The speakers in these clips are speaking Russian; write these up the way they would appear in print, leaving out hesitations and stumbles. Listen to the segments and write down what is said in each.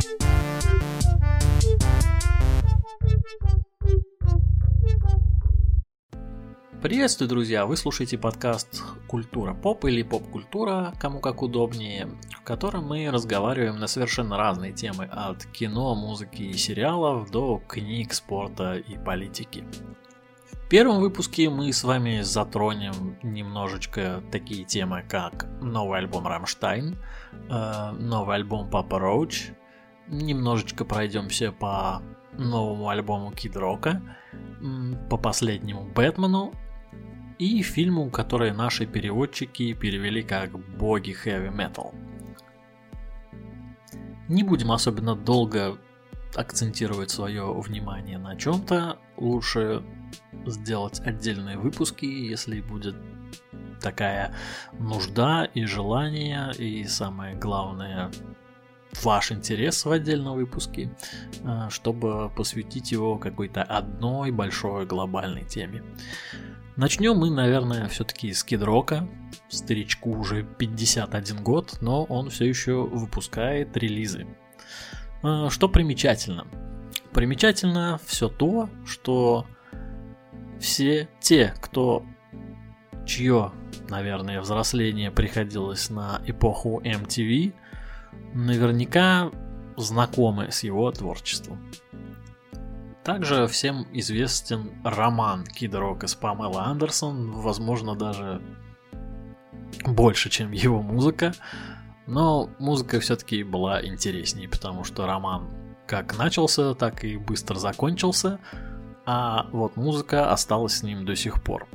Приветствую, друзья! Вы слушаете подкаст «Культура поп» или «Поп-культура», кому как удобнее, в котором мы разговариваем на совершенно разные темы, от кино, музыки и сериалов до книг, спорта и политики. В первом выпуске мы с вами затронем немножечко такие темы, как новый альбом «Рамштайн», новый альбом «Папа Роуч», немножечко пройдемся по новому альбому Кид Рока, по последнему «Бэтмену», и фильму, который наши переводчики перевели как «Боги хэви метал». Не будем особенно долго акцентировать свое внимание на чем-то, лучше сделать отдельные выпуски, если будет такая нужда и желание, и самое главное, ваш интерес в отдельном выпуске, чтобы посвятить его какой-то одной большой глобальной теме. Начнем мы, наверное, все-таки с Кид Рока. Старичку уже 51 год, но он все еще выпускает релизы. Что примечательно? Примечательно все то, что все те, чье, наверное, взросление приходилось на эпоху MTV, наверняка знакомы с его творчеством. Также всем известен роман Кида Рока с Памелой Андерсон, возможно, даже больше, чем его музыка, но музыка все-таки была интереснее, потому что роман как начался, так и быстро закончился, а вот музыка осталась с ним до сих пор.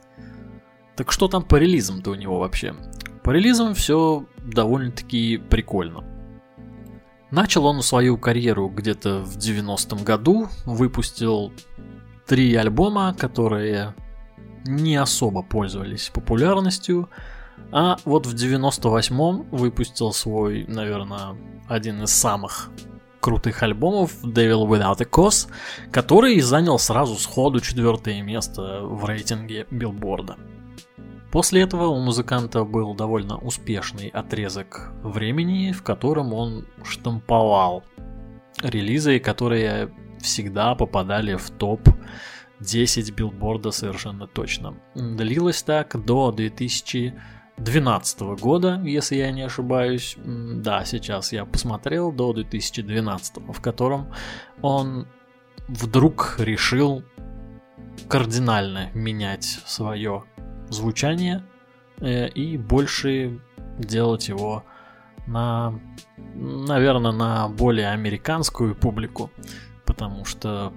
Так что там по релизам-то у него вообще? По релизам все довольно-таки прикольно. Начал он свою карьеру где-то в 90-м году, выпустил 3 альбома, которые не особо пользовались популярностью, а вот в 98-м выпустил свой, наверное, один из самых крутых альбомов Devil Without a Cause, который занял сразу сходу 4-е место в рейтинге Билборда. После этого у музыканта был довольно успешный отрезок времени, в котором он штамповал релизы, которые всегда попадали в топ-10 Билборда совершенно точно. Длилось так до 2012 года, если я не ошибаюсь. Да, сейчас я посмотрел, до 2012, в котором он вдруг решил кардинально менять свое звучание и больше делать его наверное, на более американскую публику, потому что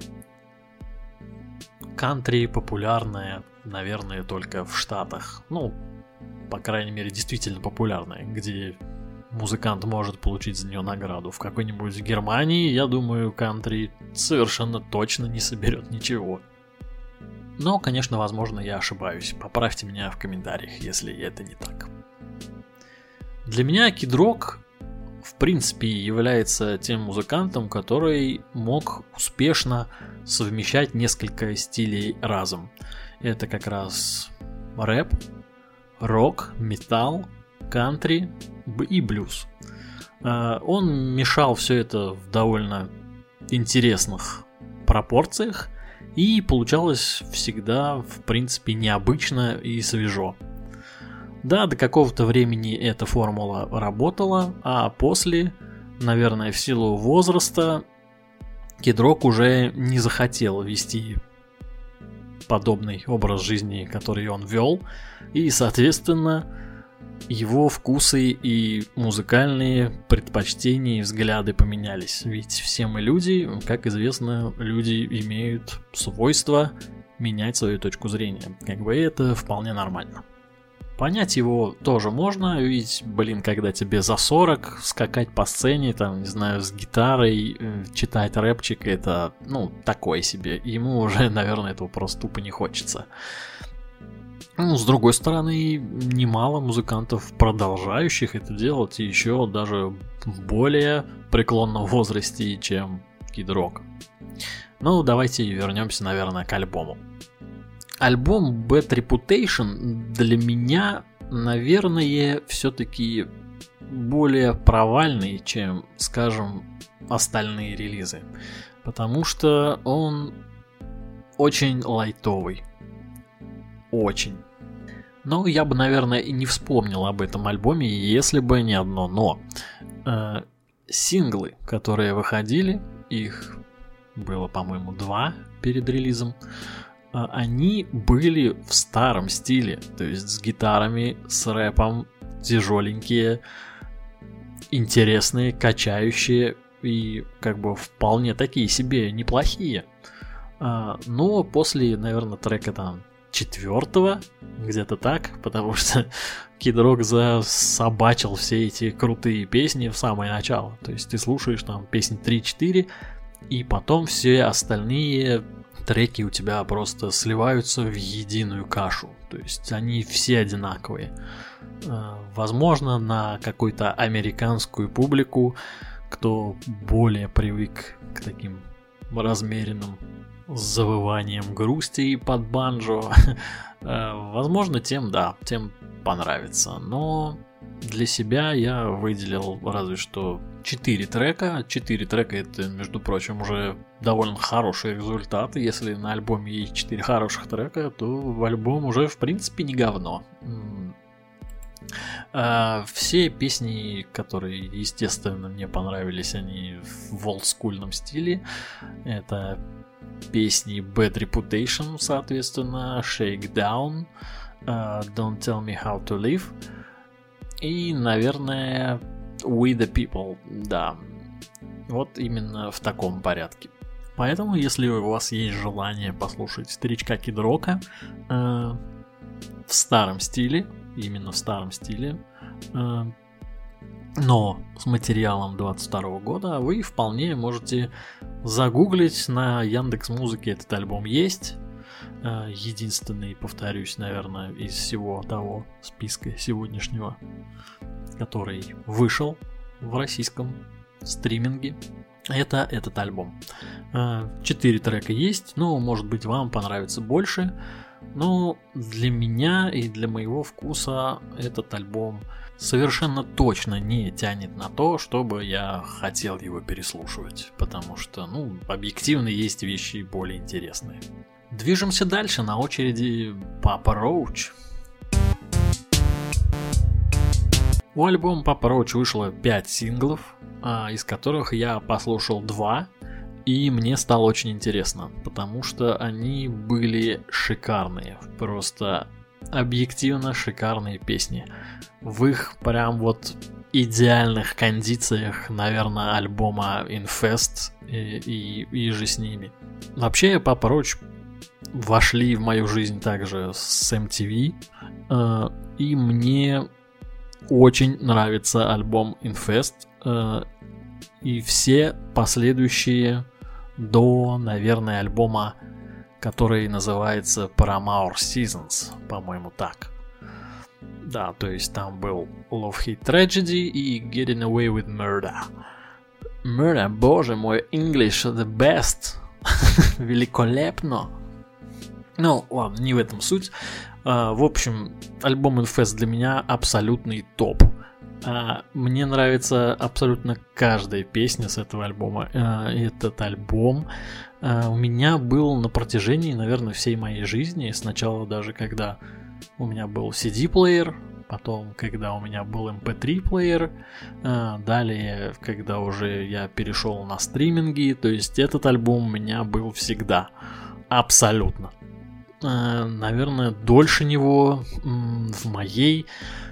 кантри популярное, наверное, только в Штатах. Ну, по крайней мере, действительно популярное, где музыкант может получить за нее награду. В какой-нибудь Германии, я думаю, кантри совершенно точно не соберет ничего. Но, конечно, возможно, я ошибаюсь. Поправьте меня в комментариях, если это не так. Для меня Кид Рок, в принципе, является тем музыкантом, который мог успешно совмещать несколько стилей разом. Это как раз рэп, рок, металл, кантри и блюз. Он мешал все это в довольно интересных пропорциях, и получалось всегда, в принципе, необычно и свежо. Да, до какого-то времени эта формула работала, а после, наверное, в силу возраста, Кид Рок уже не захотел вести подобный образ жизни, который он вел, и, соответственно, его вкусы и музыкальные предпочтения и взгляды поменялись. Ведь все мы люди, как известно, люди имеют свойство менять свою точку зрения. Как бы это вполне нормально. Понять его тоже можно, ведь, когда тебе за 40, скакать по сцене, там, не знаю, с гитарой, читать рэпчик, это, такое себе. Ему уже, наверное, этого просто тупо не хочется. С другой стороны, немало музыкантов, продолжающих это делать, и еще даже в более преклонном возрасте, чем Кид Рок. Давайте вернемся, наверное, к альбому. Альбом Bad Reputation для меня, наверное, все-таки более провальный, чем, скажем, остальные релизы. Потому что он очень лайтовый. Очень. Но я бы, наверное, и не вспомнил об этом альбоме, если бы не одно «но». Синглы, которые выходили, их было, по-моему, 2 перед релизом, они были в старом стиле, то есть с гитарами, с рэпом, тяжеленькие, интересные, качающие и как бы вполне такие себе неплохие. Но после, наверное, трека там 4-го, где-то так, потому что Kid Rock засобачил все эти крутые песни в самое начало. То есть ты слушаешь там песни 3-4, и потом все остальные треки у тебя просто сливаются в единую кашу. То есть они все одинаковые. Возможно, на какую-то американскую публику, кто более привык к таким размеренным завыванием грусти под банджо, возможно, тем понравится. Но для себя я выделил разве что 4 трека. 4 трека — это, между прочим, уже довольно хороший результат. Если на альбоме есть 4 хороших трека, то альбом уже, в принципе, не говно. Все песни, которые, естественно, мне понравились, они в олдскульном стиле. Это песни Bad Reputation, соответственно, Shakedown, Don't Tell Me How to Live и, наверное, We the People. Да, вот именно в таком порядке. Поэтому, если у вас есть желание послушать старичка Kid Rock'а в старом стиле, именно в старом стиле, но с материалом 22 года, вы вполне можете загуглить. На Яндекс.Музыке этот альбом есть. Единственный, повторюсь, наверное, из всего того списка сегодняшнего, который вышел в российском стриминге. Это этот альбом. 4 трека есть, но, может быть, вам понравится больше. Но для меня и для моего вкуса этот альбом совершенно точно не тянет на то, чтобы я хотел его переслушивать. Потому что, объективно есть вещи более интересные. Движемся дальше. На очереди Papa Roach. У альбома Papa Roach вышло 5 синглов, из которых я послушал 2. И мне стало очень интересно, потому что они были шикарные, просто объективно шикарные песни. В их прям вот идеальных кондициях, наверное, альбома Infest и же с ними. Вообще, Papa Roach вошли в мою жизнь также с MTV, и мне очень нравится альбом Infest, и все последующие до, наверное, альбома, который называется Paramore Seasons, по-моему, так. Да, то есть там был Love Hate Tragedy и Getting Away with Murder. Murder, боже мой, English the best. Великолепно. Ну, ладно, не в этом суть. В общем, альбом Infest для меня абсолютный топ. Мне нравится абсолютно каждая песня с этого альбома. Этот альбом у меня был на протяжении, наверное, всей моей жизни. Сначала даже когда у меня был CD-плеер, потом когда у меня был MP3-плеер, далее, когда уже я перешел на стриминги. То есть этот альбом у меня был всегда. Абсолютно. Наверное, дольше него в моей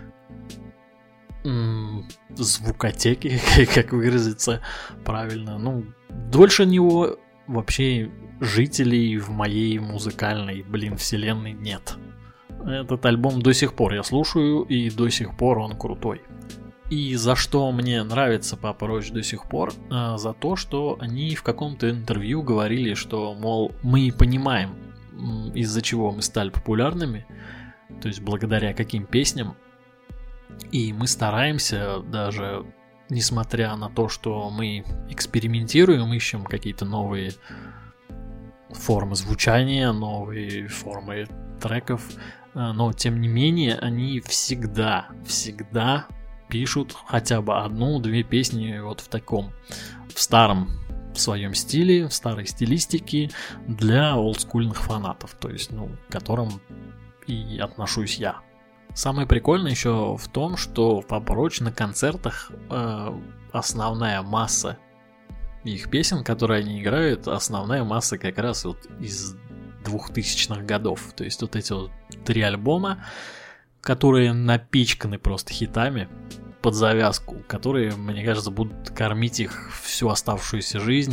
звукотеки, как выразиться правильно. Дольше него вообще жителей в моей музыкальной, вселенной нет. Этот альбом до сих пор я слушаю, и до сих пор он крутой. И за что мне нравится Papa Roach до сих пор? За то, что они в каком-то интервью говорили, что, мол, мы понимаем, из-за чего мы стали популярными, то есть благодаря каким песням. И мы стараемся, даже несмотря на то, что мы экспериментируем, ищем какие-то новые формы звучания, новые формы треков, но тем не менее они всегда пишут хотя бы 1-2 песни вот в старом своем стиле, в старой стилистике для олдскульных фанатов, то есть, к которым и отношусь я. Самое прикольное еще в том, что Papa Roach на концертах основная масса их песен, которые они играют, основная масса как раз вот из 2000-х годов. То есть вот эти вот 3 альбома, которые напичканы просто хитами под завязку, которые, мне кажется, будут кормить их всю оставшуюся жизнь.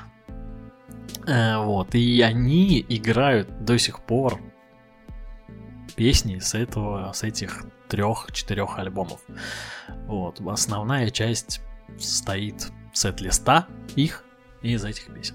Вот. И они играют до сих пор песни с этих 3-4 альбомов. Вот. Основная часть состоит сет-листа их и из этих песен.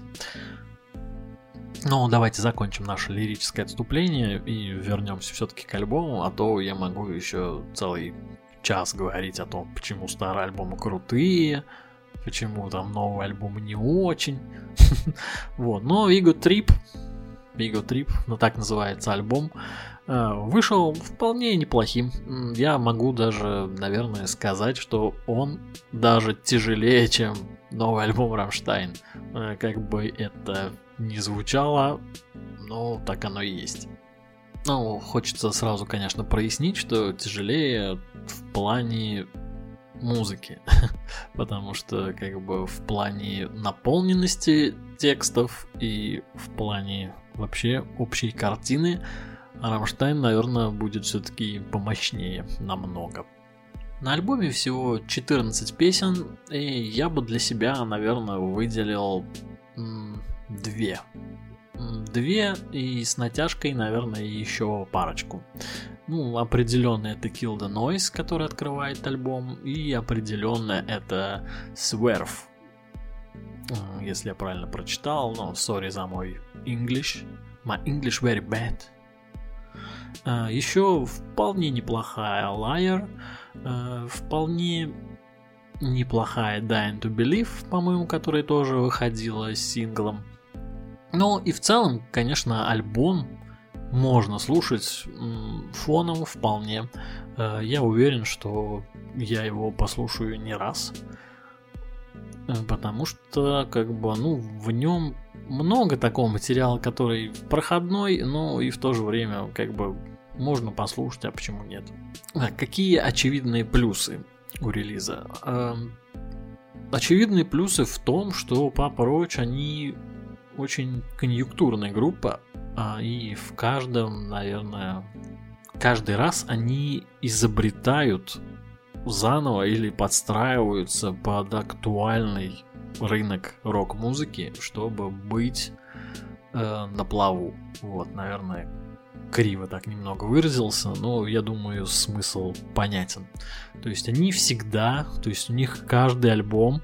Ну, давайте закончим наше лирическое отступление и вернемся все-таки к альбому, а то я могу еще целый час говорить о том, почему старые альбомы крутые, почему там новые альбомы не очень. Вот, но Ego Trip, ну так называется альбом, вышел вполне неплохим. Я могу даже, наверное, сказать, что он даже тяжелее, чем новый альбом Rammstein. Как бы это ни звучало, но так оно и есть. Ну, хочется сразу, конечно, прояснить, что тяжелее в плане музыки, потому что как бы в плане наполненности текстов и в плане вообще общей картины Rammstein, наверное, будет все-таки помощнее намного. На альбоме всего 14 песен, и я бы для себя, наверное, выделил 2 и с натяжкой, наверное, еще парочку. Ну, определенно это Kill the Noise, который открывает альбом, и определенно это Swerve, если я правильно прочитал, но sorry за мой English, my English very bad. Еще вполне неплохая Liar, вполне неплохая Dying to Believe, по-моему, которая тоже выходила с синглом. Ну и в целом, конечно, альбом можно слушать фоном вполне. Я уверен, что я его послушаю не раз, потому что как бы, в нем много такого материала, который проходной, но и в то же время как бы можно послушать, а почему нет? Какие очевидные плюсы у релиза? Очевидные плюсы в том, что Papa Roach, они очень конъюнктурная группа, и в каждом, наверное, каждый раз они изобретают заново или подстраиваются под актуальный рынок рок-музыки, чтобы быть на плаву. Вот, наверное, криво так немного выразился, но я думаю, смысл понятен. То есть они всегда, то есть у них каждый альбом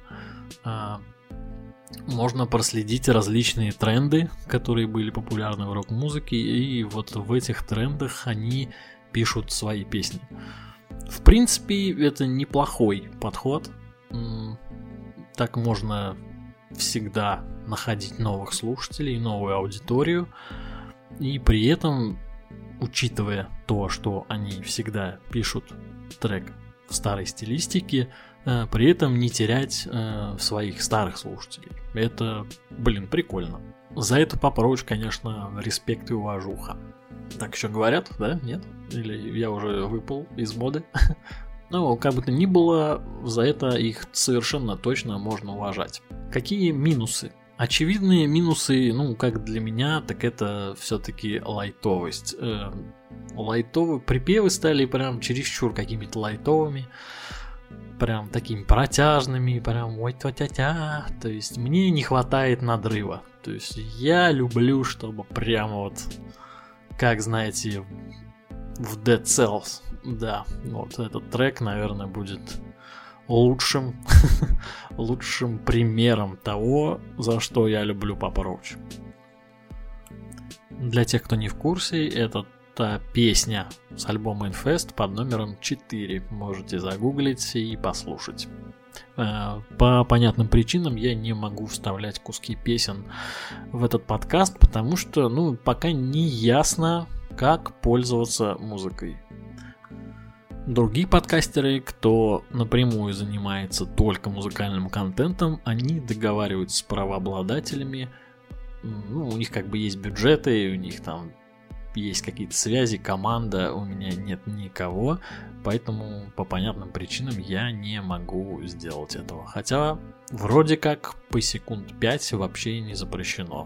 можно проследить различные тренды, которые были популярны в рок-музыке, и вот в этих трендах они пишут свои песни. В принципе, это неплохой подход. Так можно всегда находить новых слушателей, новую аудиторию, и при этом, учитывая то, что они всегда пишут трек в старой стилистике, при этом не терять своих старых слушателей. Это, прикольно. За это Papa Roach, конечно, респект и уважуха. Так еще говорят, да? Нет? Или я уже выпал из моды? Ну, как бы то ни было, за это их совершенно точно можно уважать. Какие минусы? Очевидные минусы, как для меня, так это все-таки лайтовость. Лайтовые припевы стали прям чересчур какими-то лайтовыми, прям такими протяжными, прям ой-тя-тя-тя. То есть мне не хватает надрыва. То есть я люблю, чтобы прямо вот, как знаете, в Dead Cells. Да, вот этот трек, наверное, будет лучшим примером того, за что я люблю Papa Roach. Для тех, кто не в курсе, это песня с альбома Infest под номером 4. Можете загуглить и послушать. По понятным причинам я не могу вставлять куски песен в этот подкаст, потому что, пока не ясно, как пользоваться музыкой. Другие подкастеры, кто напрямую занимается только музыкальным контентом, они договариваются с правообладателями. У них как бы есть бюджеты, у них там есть какие-то связи, команда, у меня нет никого, поэтому по понятным причинам я не могу сделать этого. Хотя вроде как по секунд 5 вообще не запрещено.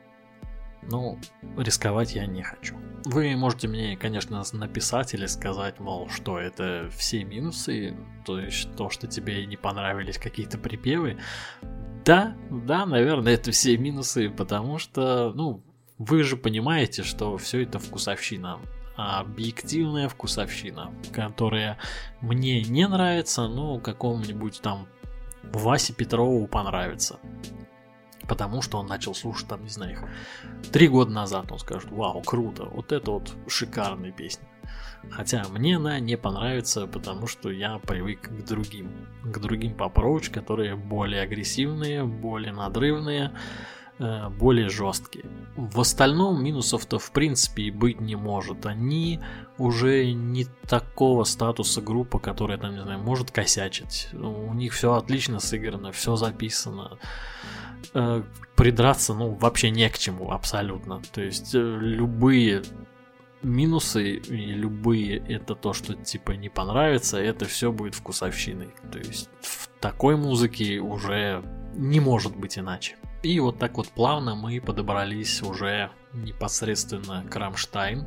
Рисковать я не хочу. Вы можете мне, конечно, написать или сказать, мол, что это все минусы, то есть то, что тебе не понравились какие-то припевы. Да, наверное, это все минусы, потому что, вы же понимаете, что все это вкусовщина. Объективная вкусовщина, которая мне не нравится, какому-нибудь там Васе Петрову понравится. Потому что он начал слушать, 3 года назад. Он скажет: вау, круто, вот это вот шикарная песня. Хотя мне она не понравится, потому что я привык к другим поп-роуч, которые более агрессивные, более надрывные, более жесткие. В остальном минусов-то в принципе и быть не может. Они уже не такого статуса группа, которая может косячить. У них все отлично сыграно, все записано. Придраться, вообще не к чему абсолютно. То есть любые минусы и любые это то, что не понравится, это все будет вкусовщиной. То есть в такой музыке уже не может быть иначе. И вот так вот плавно мы подобрались уже непосредственно к Rammstein.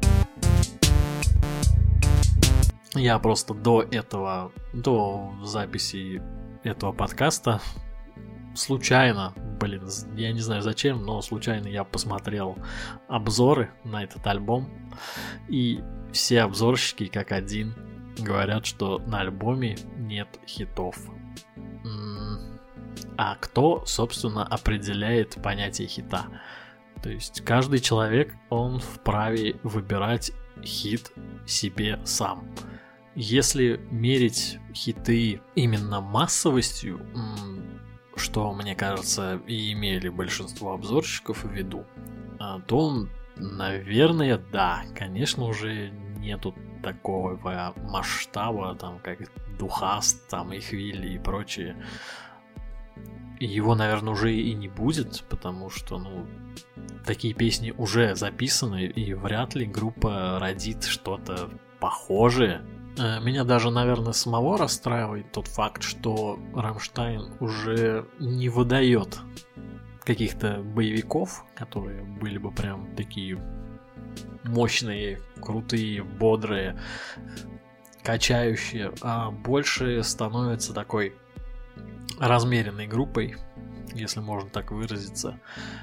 Я просто до записи этого подкаста случайно, я не знаю зачем, но случайно я посмотрел обзоры на этот альбом, и все обзорщики как один говорят, что на альбоме нет хитов. А кто, собственно, определяет понятие хита? То есть каждый человек, он вправе выбирать хит себе сам. Если мерить хиты именно массовостью, что, мне кажется, и имели большинство обзорщиков в виду, то, наверное, да, конечно, уже нету такого масштаба, как Духаст, Ихвили и прочие. Его, наверное, уже и не будет, потому что, такие песни уже записаны, и вряд ли группа родит что-то похожее. Меня даже, наверное, самого расстраивает тот факт, что Rammstein уже не выдает каких-то боевиков, которые были бы прям такие мощные, крутые, бодрые, качающие, а больше становится такой размеренной группой, если можно так выразиться,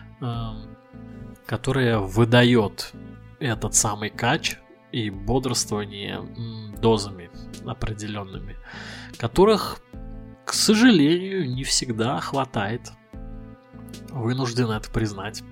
которая выдает этот самый кач и бодрствование дозами определенными, которых, к сожалению, не всегда хватает. Вынужден это признать.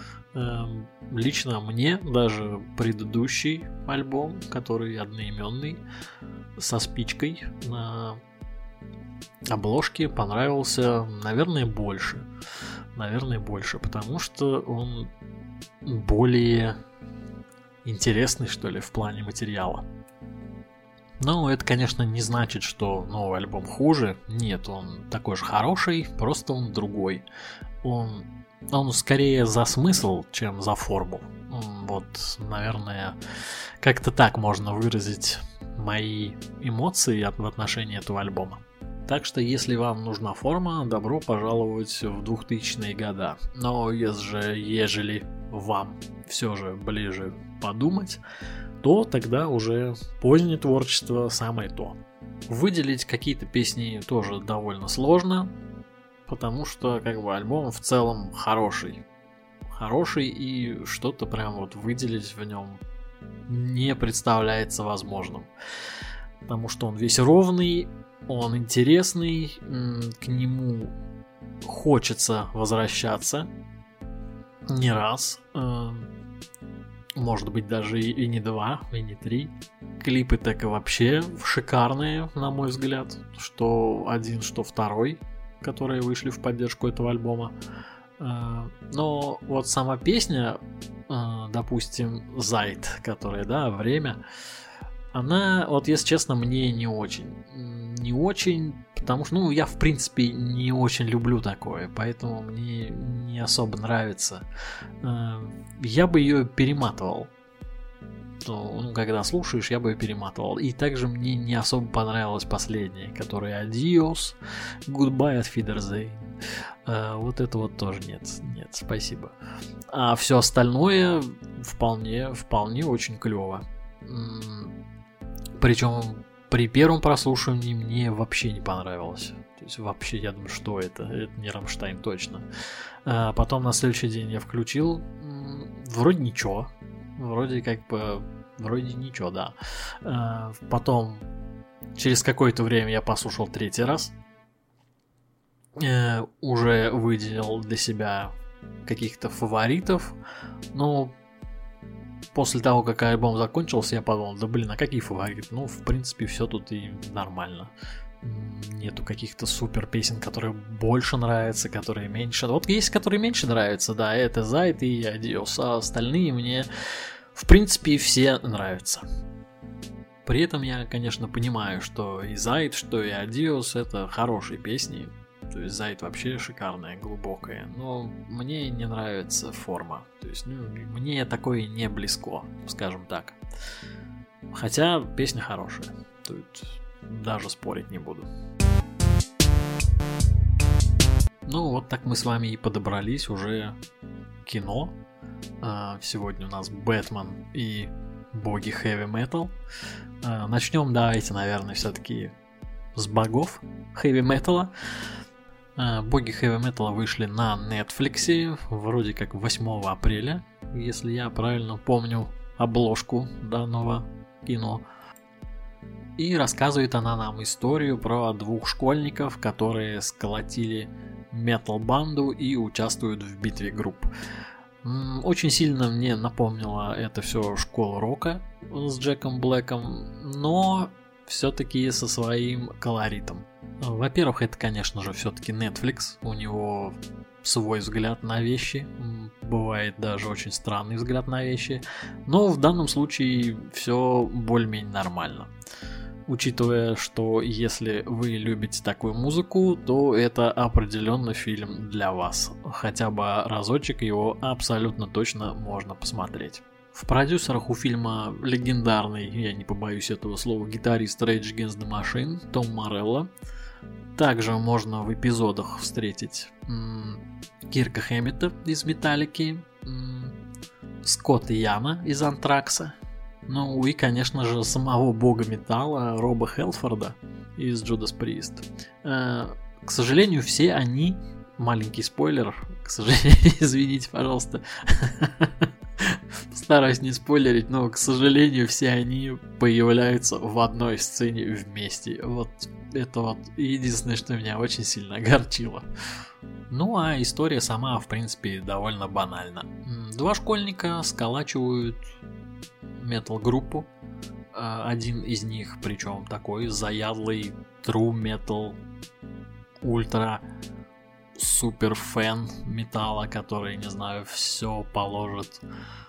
Лично мне даже предыдущий альбом, который одноименный, со спичкой на обложке, понравился, наверное, больше, потому что он более интересный, что ли, в плане материала. Но это, конечно, не значит, что новый альбом хуже. Нет, он такой же хороший, просто он другой. Он скорее за смысл, чем за форму. Вот, наверное, как-то так можно выразить мои эмоции в отношении этого альбома. Так что, если вам нужна форма, добро пожаловать в 2000-е годы. Но ежели вам все же ближе подумать, то тогда уже позднее творчество самое то. Выделить какие-то песни тоже довольно сложно, потому что альбом в целом хороший, и что-то прям вот выделить в нем не представляется возможным, потому что он весь ровный, он интересный, к нему хочется возвращаться не раз, может быть даже и не 2, и не 3. Клипы так и вообще шикарные, на мой взгляд, что один, что второй, которые вышли в поддержку этого альбома. Но вот сама песня, допустим, Zeit, которая, время, Она, вот если честно, мне не очень. Не очень, потому что, ну, я в принципе не очень люблю такое, поэтому мне не особо нравится. Я бы ее перематывал. Ну, когда слушаешь, я бы ее перематывал. И также мне не особо понравилась последняя, которая Adios, Goodbye, Auf Wiedersehen. Вот это вот тоже нет, спасибо. А все остальное вполне очень клево. Причем при первом прослушивании мне вообще не понравилось. То есть вообще я думаю, что это не Рамштайн точно. Потом на следующий день я включил, вроде ничего. Вроде ничего, да. Потом через какое-то время я послушал третий раз. Уже выделил для себя каких-то фаворитов. Но после того, как альбом закончился, я подумал, да блин, а какие фавориты? Ну, в принципе, все тут и нормально. Нету каких-то супер песен, которые больше нравятся, которые меньше. Вот есть, которые меньше нравятся, да, это Zeit и Adios, а остальные мне, в принципе, все нравятся. При этом я, конечно, понимаю, что и Zeit, что и Adios это хорошие песни. То есть Zeit вообще шикарная, глубокая, но мне не нравится форма. То есть мне такое не близко, скажем так. Хотя песня хорошая, тут даже спорить не буду. Ну вот так мы с вами и подобрались уже к кино. Сегодня у нас Бэтмен и боги хэви метал. Начнем давайте, наверное, все-таки с богов хэви металла. Боги хэви металла вышли на Netflix вроде как 8 апреля, если я правильно помню обложку данного кино. И рассказывает она нам историю про двух школьников, которые сколотили метал-банду и участвуют в битве групп. Очень сильно мне напомнило это все школу рока с Джеком Блэком, но все-таки со своим колоритом. Во-первых, это, конечно же, все-таки Netflix, у него свой взгляд на вещи, бывает даже очень странный взгляд на вещи, но в данном случае все более-менее нормально. Учитывая, что если вы любите такую музыку, то это определенно фильм для вас. Хотя бы разочек его абсолютно точно можно посмотреть. В продюсерах у фильма легендарный, я не побоюсь этого слова, гитарист Rage Against the Machine Том Морелло. Также можно в эпизодах встретить Кирка Хэммета из Металлики, Скотта Яна из Антракса, ну и, конечно же, самого бога металла Роба Хелфорда из Judas Priest. К сожалению, все они, маленький спойлер, к сожалению, извините, пожалуйста, стараюсь не спойлерить, но, к сожалению, все они появляются в одной сцене вместе. Вот это вот единственное, что меня очень сильно огорчило. Ну а история сама, в принципе, довольно банальна. Два школьника сколачивают метал-группу. Один из них, причем такой заядлый true metal, ультра супер фэн металла, который, не знаю, все положит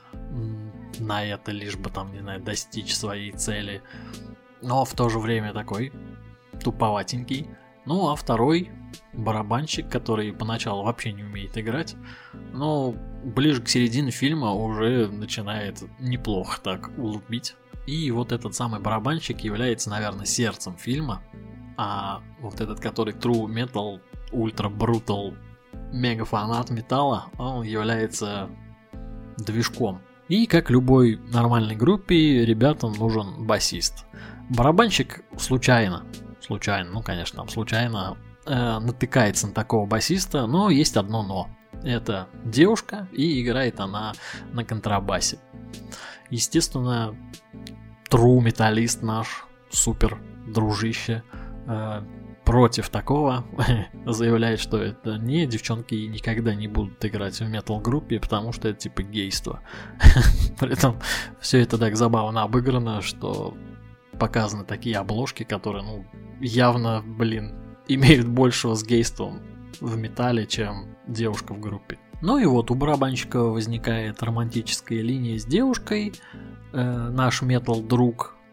на это, лишь бы там, не знаю, достичь своей цели. Но в то же время такой туповатенький. Ну а второй барабанщик, который поначалу вообще не умеет играть, но ближе к середине фильма уже начинает неплохо так улупить. И вот этот самый барабанщик является, наверное, сердцем фильма, а вот этот, который true metal, ультра брутал, мега фанат металла, он является движком. И как любой нормальной группе, ребятам нужен басист. Барабанщик случайно, ну конечно, там случайно натыкается на такого басиста, но есть одно но. Это девушка, и играет она на контрабасе. Естественно, true металлист наш, супер дружище, против такого заявляет, что это не, девчонки никогда не будут играть в метал-группе, потому что это типа гейство. При этом все это так забавно обыграно, что показаны такие обложки, которые, ну, явно, имеют большего с гейством в металле, чем девушка в группе. Ну и вот у барабанщика возникает романтическая линия с девушкой. Наш метал-друг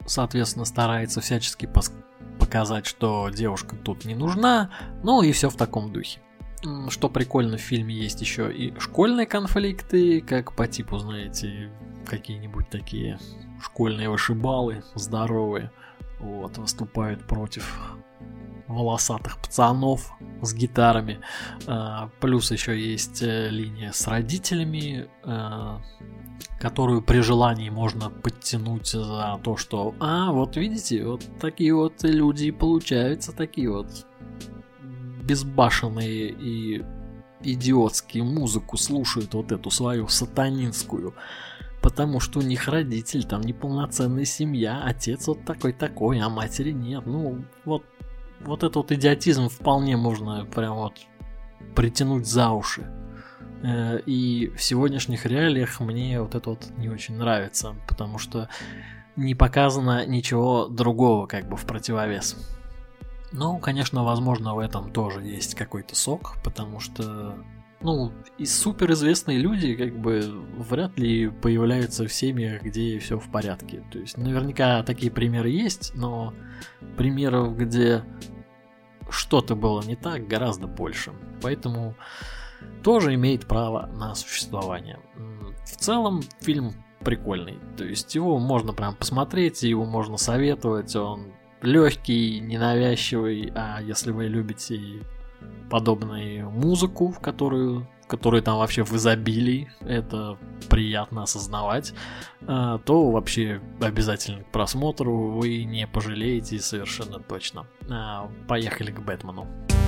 соответственно, старается всячески показать, что девушка тут не нужна, ну и все в таком духе. Что прикольно, в фильме есть еще и школьные конфликты, как по типу, знаете, какие-нибудь такие школьные вышибалы здоровые, вот, выступают против волосатых пацанов с гитарами. Плюс еще есть линия с родителями, которую при желании можно подтянуть за то, что вот видите, вот такие вот люди и получаются, такие вот безбашенные и идиотские музыку слушают, вот эту свою сатанинскую, потому что у них родитель, там неполноценная семья, отец вот такой-такой, а матери нет. Ну, вот этот вот идиотизм вполне можно прям вот притянуть за уши. И в сегодняшних реалиях мне вот это вот не очень нравится, потому что не показано ничего другого как бы в противовес. Ну, конечно, возможно, в этом тоже есть какой-то сок, потому что, и суперизвестные люди как бы вряд ли появляются в семьях, где все в порядке. То есть наверняка такие примеры есть, но примеров, где что-то было не так, гораздо больше. Поэтому тоже имеет право на существование. В целом фильм прикольный, то есть его можно прям посмотреть, его можно советовать, он легкий, ненавязчивый, а если вы любите подобную музыку, в которую там вообще в изобилии, это приятно осознавать, то вообще обязательно к просмотру, вы не пожалеете совершенно точно. Поехали к Бэтмену.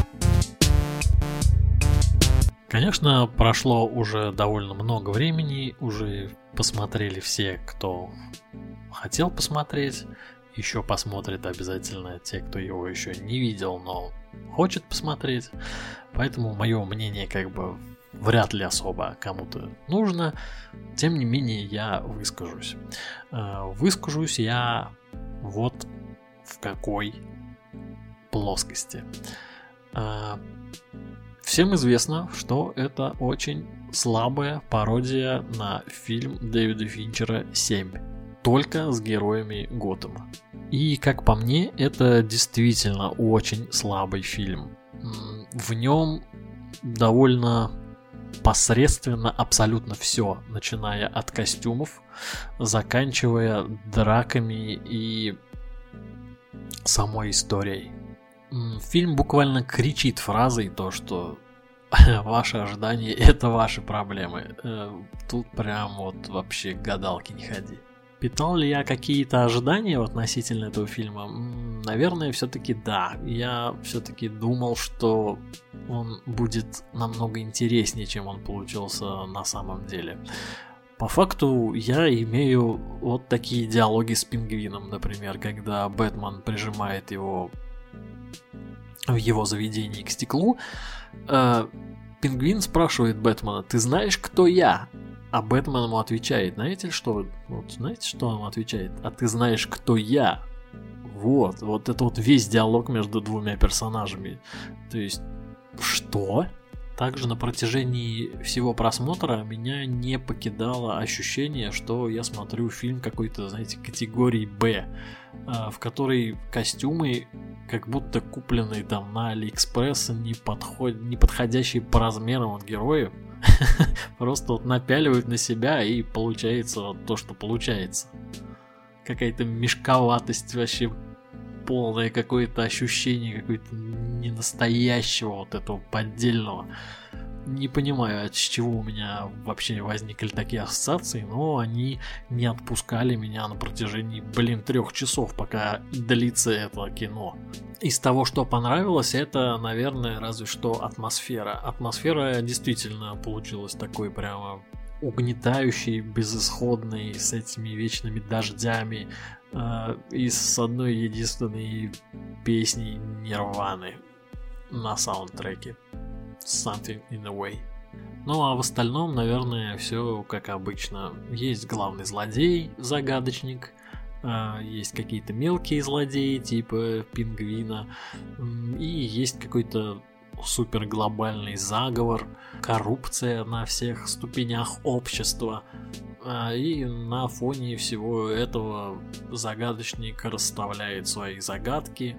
Конечно, прошло уже довольно много времени, уже посмотрели все, кто хотел посмотреть, еще посмотрят обязательно те, кто его еще не видел, но хочет посмотреть, поэтому мое мнение как бы вряд ли особо кому-то нужно, тем не менее я выскажусь. Выскажусь я вот в какой плоскости. Всем известно, что это очень слабая пародия на фильм Дэвида Финчера «7», только с героями Готэма. И, как по мне, это действительно очень слабый фильм. В нем довольно посредственно абсолютно все, начиная от костюмов, заканчивая драками и самой историей. Фильм буквально кричит фразой то, что ваши ожидания — это ваши проблемы. Тут прям вот вообще гадалки не ходи. Питал ли я какие-то ожидания относительно этого фильма? Наверное, все-таки да. Я все-таки думал, что он будет намного интереснее, чем он получился на самом деле. По факту я имею вот такие диалоги с Пингвином, например, когда Бэтмен прижимает его в его заведении к стеклу. Пингвин спрашивает Бэтмена: «Ты знаешь, кто я?» А Бэтмен ему отвечает: знаете, что он ему отвечает? «А ты знаешь, кто я?» Вот это вот весь диалог между двумя персонажами. То есть, что? Также на протяжении всего просмотра меня не покидало ощущение, что я смотрю фильм какой-то, знаете, категории «Б», в которой костюмы как будто купленные там на Алиэкспресс, не подходящие по размерам от героев, просто вот напяливают на себя, и получается вот то, что получается. Какая-то мешковатость вообще, полное какое-то ощущение какое-то ненастоящего вот этого поддельного. Не понимаю, от чего у меня вообще возникли такие ассоциации, но они не отпускали меня на протяжении, 3 часов, пока длится это кино. Из того, что понравилось, это, наверное, разве что атмосфера. Атмосфера действительно получилась такой прямо угнетающей, безысходной, с этими вечными дождями, и с одной единственной песней Нирваны на саундтреке Something in a Way. Ну а в остальном, наверное, все как обычно. Есть главный злодей, загадочник, есть какие-то мелкие злодеи типа Пингвина, и есть какой-то супер глобальный заговор, коррупция на всех ступенях общества. И на фоне всего этого загадочник расставляет свои загадки,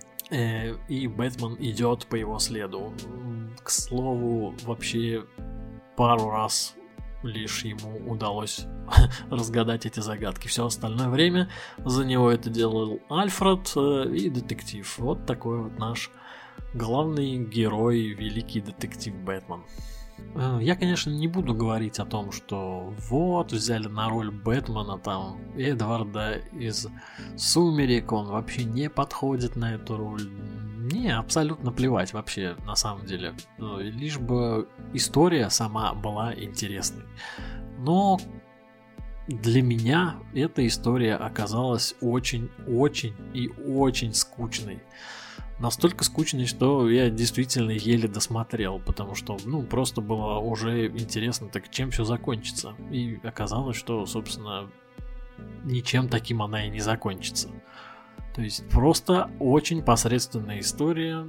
и Бэтмен идет по его следу. К слову, вообще пару раз лишь ему удалось разгадать эти загадки. Все остальное время за него это делал Альфред и детектив. Вот такой вот наш главный герой, великий детектив Бэтмен. Я, конечно, не буду говорить о том, что вот, взяли на роль Бэтмена там Эдварда из «Сумерек», он вообще не подходит на эту роль. Мне абсолютно плевать вообще, на самом деле. Лишь бы история сама была интересной. Но для меня эта история оказалась очень и очень скучной. Настолько скучный, что я действительно еле досмотрел, потому что, просто было уже интересно, так чем все закончится. И оказалось, что, собственно, ничем таким она и не закончится. То есть просто очень посредственная история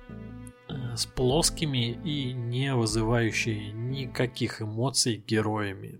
с плоскими и не вызывающей никаких эмоций героями.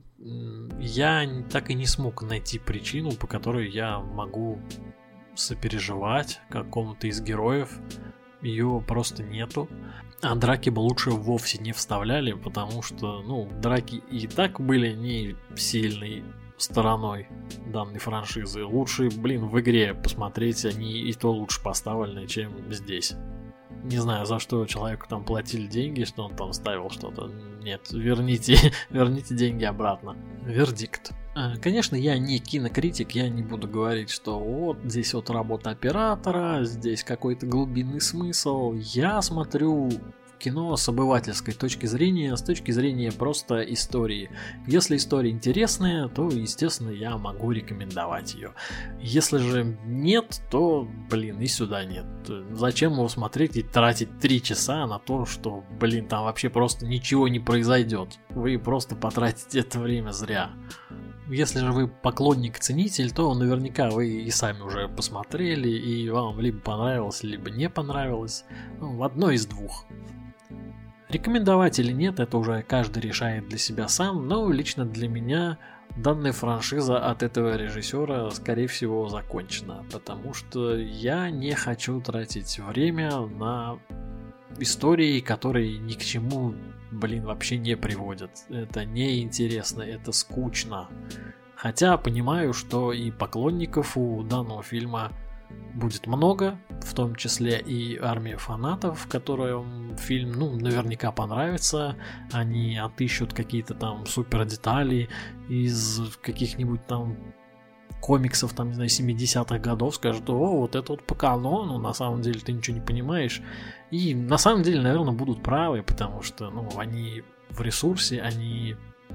Я так и не смог найти причину, по которой я могу сопереживать какому-то из героев. Ее просто нету. А драки бы лучше вовсе не вставляли, потому что, драки и так были не сильной стороной данной франшизы. Лучше, в игре посмотреть, они и то лучше поставлены, чем здесь. Не знаю, за что человеку там платили деньги, что он там ставил что-то. Нет, верните деньги обратно. Вердикт. Конечно, я не кинокритик, я не буду говорить, что вот здесь вот работа оператора, здесь какой-то глубинный смысл. Я смотрю кино с обывательской точки зрения, с точки зрения просто истории. Если история интересная, то, естественно, я могу рекомендовать ее. Если же нет, то, и сюда нет. Зачем его смотреть и тратить 3 часа на то, что, там вообще просто ничего не произойдет. Вы просто потратите это время зря. Если же вы поклонник-ценитель, то наверняка вы и сами уже посмотрели, и вам либо понравилось, либо не понравилось. Одно из двух. Рекомендовать или нет, это уже каждый решает для себя сам, но лично для меня данная франшиза от этого режиссера, скорее всего, закончена, потому что я не хочу тратить время на истории, которые ни к чему, вообще не приводят. Это неинтересно, это скучно. Хотя понимаю, что и поклонников у данного фильма будет много, в том числе и армия фанатов, которым фильм, наверняка понравится. Они отыщут какие-то там супер детали из каких-нибудь там комиксов, 70-х годов, скажут: о, вот это вот по канону, на самом деле ты ничего не понимаешь. И на самом деле, наверное, будут правы, потому что, они в ресурсе, они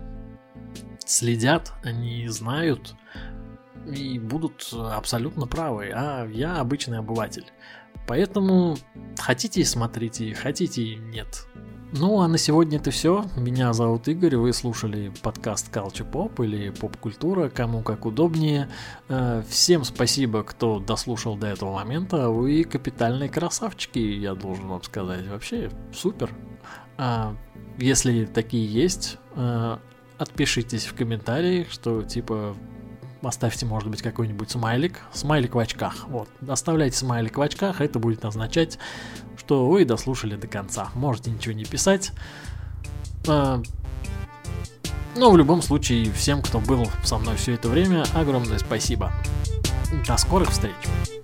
следят, они знают и будут абсолютно правы, а я обычный обыватель. Поэтому хотите — смотрите, хотите — нет. А на сегодня это все. Меня зовут Игорь, вы слушали подкаст Culture Pop или Поп-культура, кому как удобнее. Всем спасибо, кто дослушал до этого момента. Вы капитальные красавчики, я должен вам сказать. Вообще супер. Если такие есть, отпишитесь в комментариях, что оставьте, может быть, какой-нибудь смайлик в очках. Вот, оставляйте смайлик в очках, это будет означать, что вы дослушали до конца. Можете ничего не писать. Но в любом случае, всем, кто был со мной все это время, огромное спасибо. До скорых встреч!